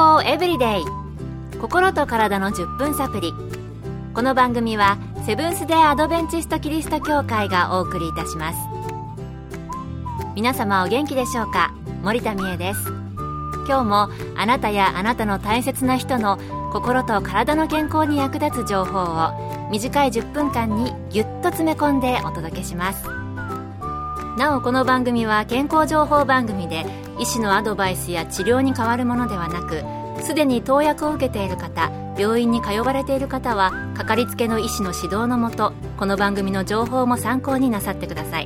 康エブリデイ、心と体の10分サプリ。この番組はセブンス・デー・アドベンチスト・キリスト教会がお送りいたします。皆様お元気でしょうか。森田美恵です。今日もあなたやあなたの大切な人の心と体の健康に役立つ情報を短い10分間にぎゅっと詰め込んでお届けします。なおこの番組は健康情報番組で、医師のアドバイスや治療に代わるものではなく、すでに投薬を受けている方、病院に通われている方はかかりつけの医師の指導のもと、この番組の情報も参考になさってください。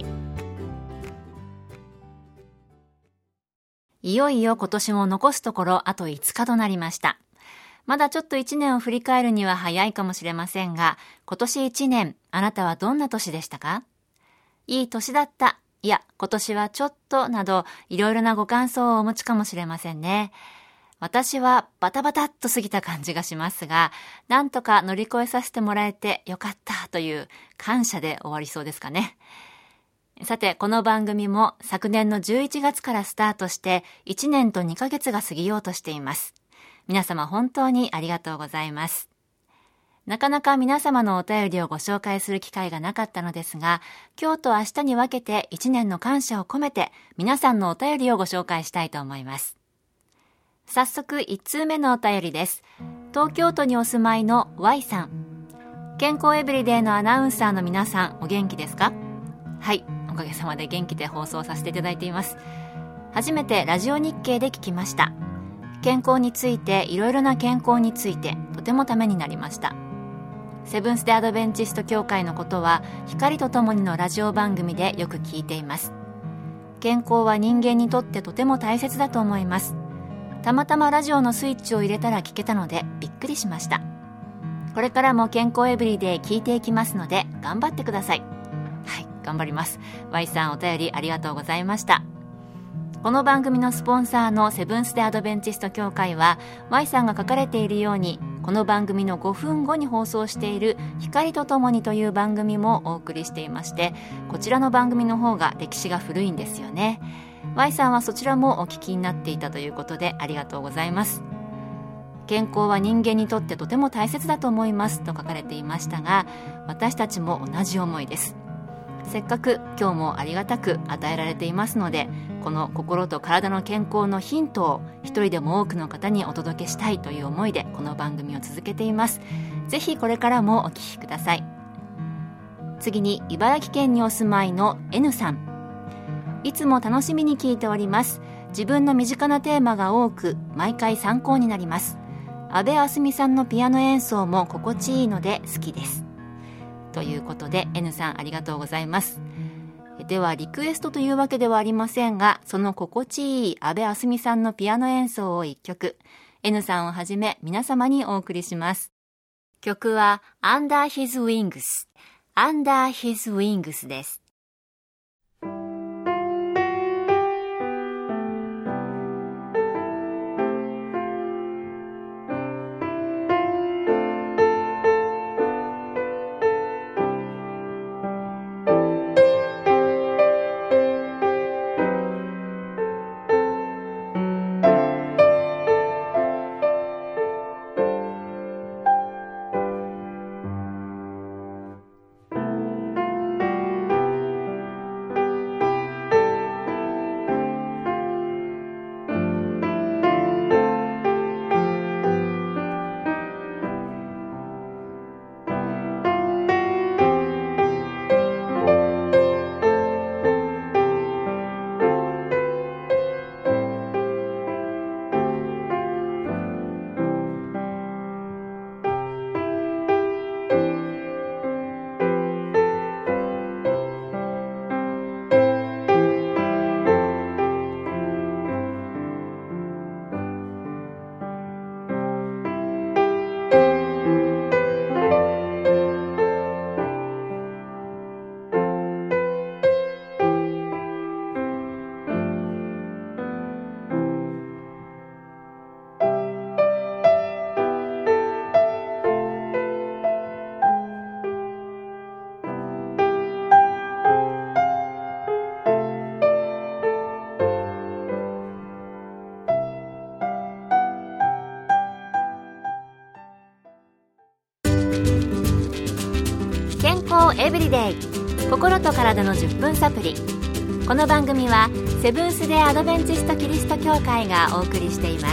いよいよ今年も残すところあと5日となりました。まだちょっと1年を振り返るには早いかもしれませんが、今年1年あなたはどんな年でしたか？いい年だった、いや今年はちょっとなど、いろいろなご感想をお持ちかもしれませんね。私はバタバタっと過ぎた感じがしますが、なんとか乗り越えさせてもらえてよかったという感謝で終わりそうですかね。さて、この番組も昨年の11月からスタートして1年と2ヶ月が過ぎようとしています。皆様本当にありがとうございます。なかなか皆様のお便りをご紹介する機会がなかったのですが、今日と明日に分けて1年の感謝を込めて皆さんのお便りをご紹介したいと思います。早速1通目のお便りです。東京都にお住まいの Y さん。健康エブリデイのアナウンサーの皆さん、お元気ですか？はい、おかげさまで元気で放送させていただいています。初めてラジオ日経で聞きました。健康について、いろいろな健康についてとてもためになりました。セブンス・デ・アドベンチスト教会のことは光とともにのラジオ番組でよく聞いています。健康は人間にとってとても大切だと思います。たまたまラジオのスイッチを入れたら聞けたのでびっくりしました。これからも健康エブリデイ聞いていきますので頑張ってください。はい、頑張ります。 Y さん、お便りありがとうございました。この番組のスポンサーのセブンス・デ・アドベンチスト教会は Y さんが書かれているように、この番組の5分後に放送している光とともにという番組もお送りしていまして、こちらの番組の方が歴史が古いんですよね。 Y さんはそちらもお聞きになっていたということでありがとうございます。健康は人間にとってとても大切だと思いますと書かれていましたが、私たちも同じ思いです。せっかく今日もありがたく与えられていますので、この心と体の健康のヒントを一人でも多くの方にお届けしたいという思いでこの番組を続けています。ぜひこれからもお聞きください。次に茨城県にお住まいの N さん。いつも楽しみに聞いております。自分の身近なテーマが多く毎回参考になります。阿部あすみさんのピアノ演奏も心地いいので好きです、ということで N さん、ありがとうございます。ではリクエストというわけではありませんが、その心地いい阿部あすみさんのピアノ演奏を1曲 N さんをはじめ皆様にお送りします。曲は Under His Wings Under His Wings です。 エブリデイ心と体の10分サプリ。この番組はセブンス・デ・アドベンチスト・キリスト教会がお送りしています。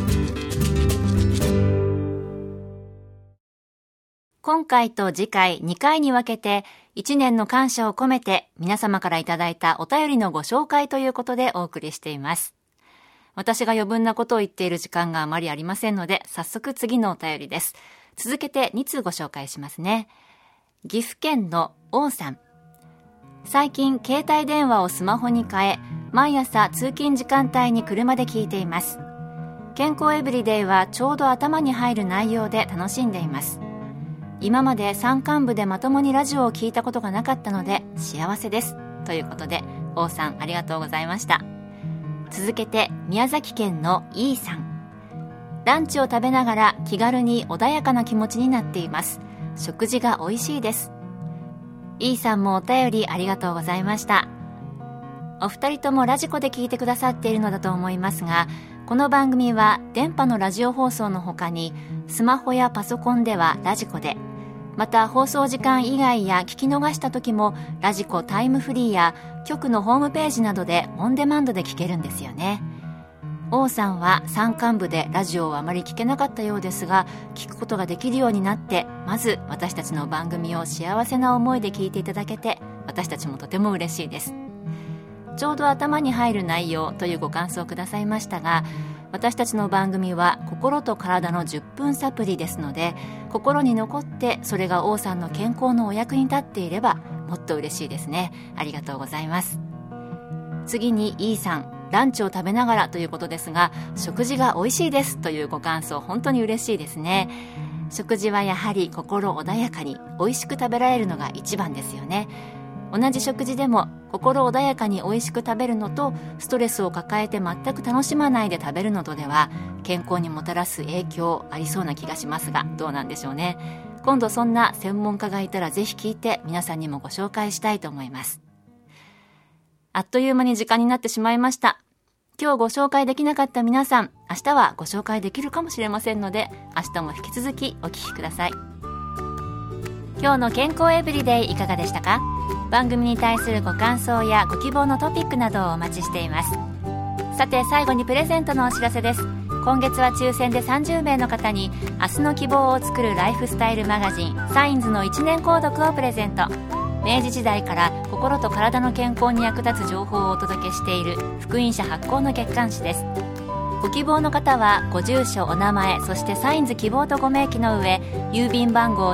今回と次回2回に分けて1年の感謝を込めて皆様からいただいたお便りのご紹介ということでお送りしています。私が余分なことを言っている時間があまりありませんので、早速次のお便りです。続けて2通ご紹介しますね。岐阜県の王さん。最近携帯電話をスマホに変え、毎朝通勤時間帯に車で聞いています。健康エブリデイはちょうど頭に入る内容で楽しんでいます。今まで山間部でまともにラジオを聞いたことがなかったので幸せです。ということで、王さんありがとうございました。続けて宮崎県のイーさん。ランチを食べながら気軽に穏やかな気持ちになっています。食事が美味しいです。イーさんもお便りありがとうございました。お二人ともラジコで聞いてくださっているのだと思いますが、この番組は電波のラジオ放送の他にスマホやパソコンではラジコで、また放送時間以外や聞き逃した時もラジコタイムフリーや局のホームページなどでオンデマンドで聞けるんですよね。王さんは山間部でラジオをあまり聞けなかったようですが、聞くことができるようになって、まず私たちの番組を幸せな思いで聞いていただけて、私たちもとても嬉しいです。ちょうど頭に入る内容というご感想をくださいましたが、私たちの番組は心と体の10分サプリですので、心に残ってそれが王さんの健康のお役に立っていればもっと嬉しいですね。ありがとうございます。次にイーさん、ランチを食べながらということですが、食事が美味しいですというご感想、本当に嬉しいですね。食事はやはり心穏やかに美味しく食べられるのが一番ですよね。同じ食事でも心穏やかに美味しく食べるのと、ストレスを抱えて全く楽しまないで食べるのとでは健康にもたらす影響ありそうな気がしますが、どうなんでしょうね。今度そんな専門家がいたらぜひ聞いて皆さんにもご紹介したいと思います。あっという間に時間になってしまいました。今日ご紹介できなかった皆さん、明日はご紹介できるかもしれませんので、明日も引き続きお聞きください。今日の健康エブリデイいかがでしたか？番組に対するご感想やご希望のトピックなどをお待ちしています。さて最後にプレゼントのお知らせです。今月は抽選で30名の方に明日の希望を作るライフスタイルマガジンサインズの1年購読をプレゼント。明治時代から心と体の健康に役立つ情報をお届けしている福音社発行の月刊誌です。ご希望の方はご住所、お名前、そしてサインズ希望とご明記の上、郵便番号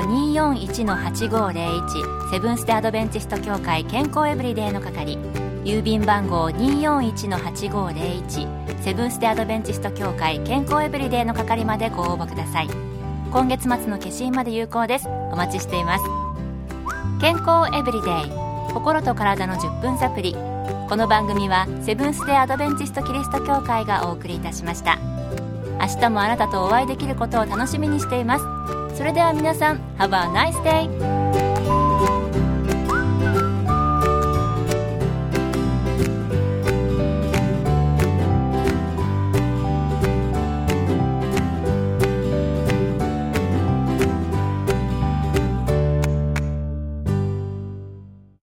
241-8501 セブンス・デ・アドベンチスト協会健康エブリデイの係、郵便番号 241-8501 セブンス・デ・アドベンチスト協会健康エブリデイの係までご応募ください。今月末の消印まで有効です。お待ちしています。健康エブリデイ、心と体の10分サプリ。この番組はセブンス・デ・アドベンチスト・キリスト教会がお送りいたしました。明日もあなたとお会いできることを楽しみにしています。それでは皆さん、Have a nice day!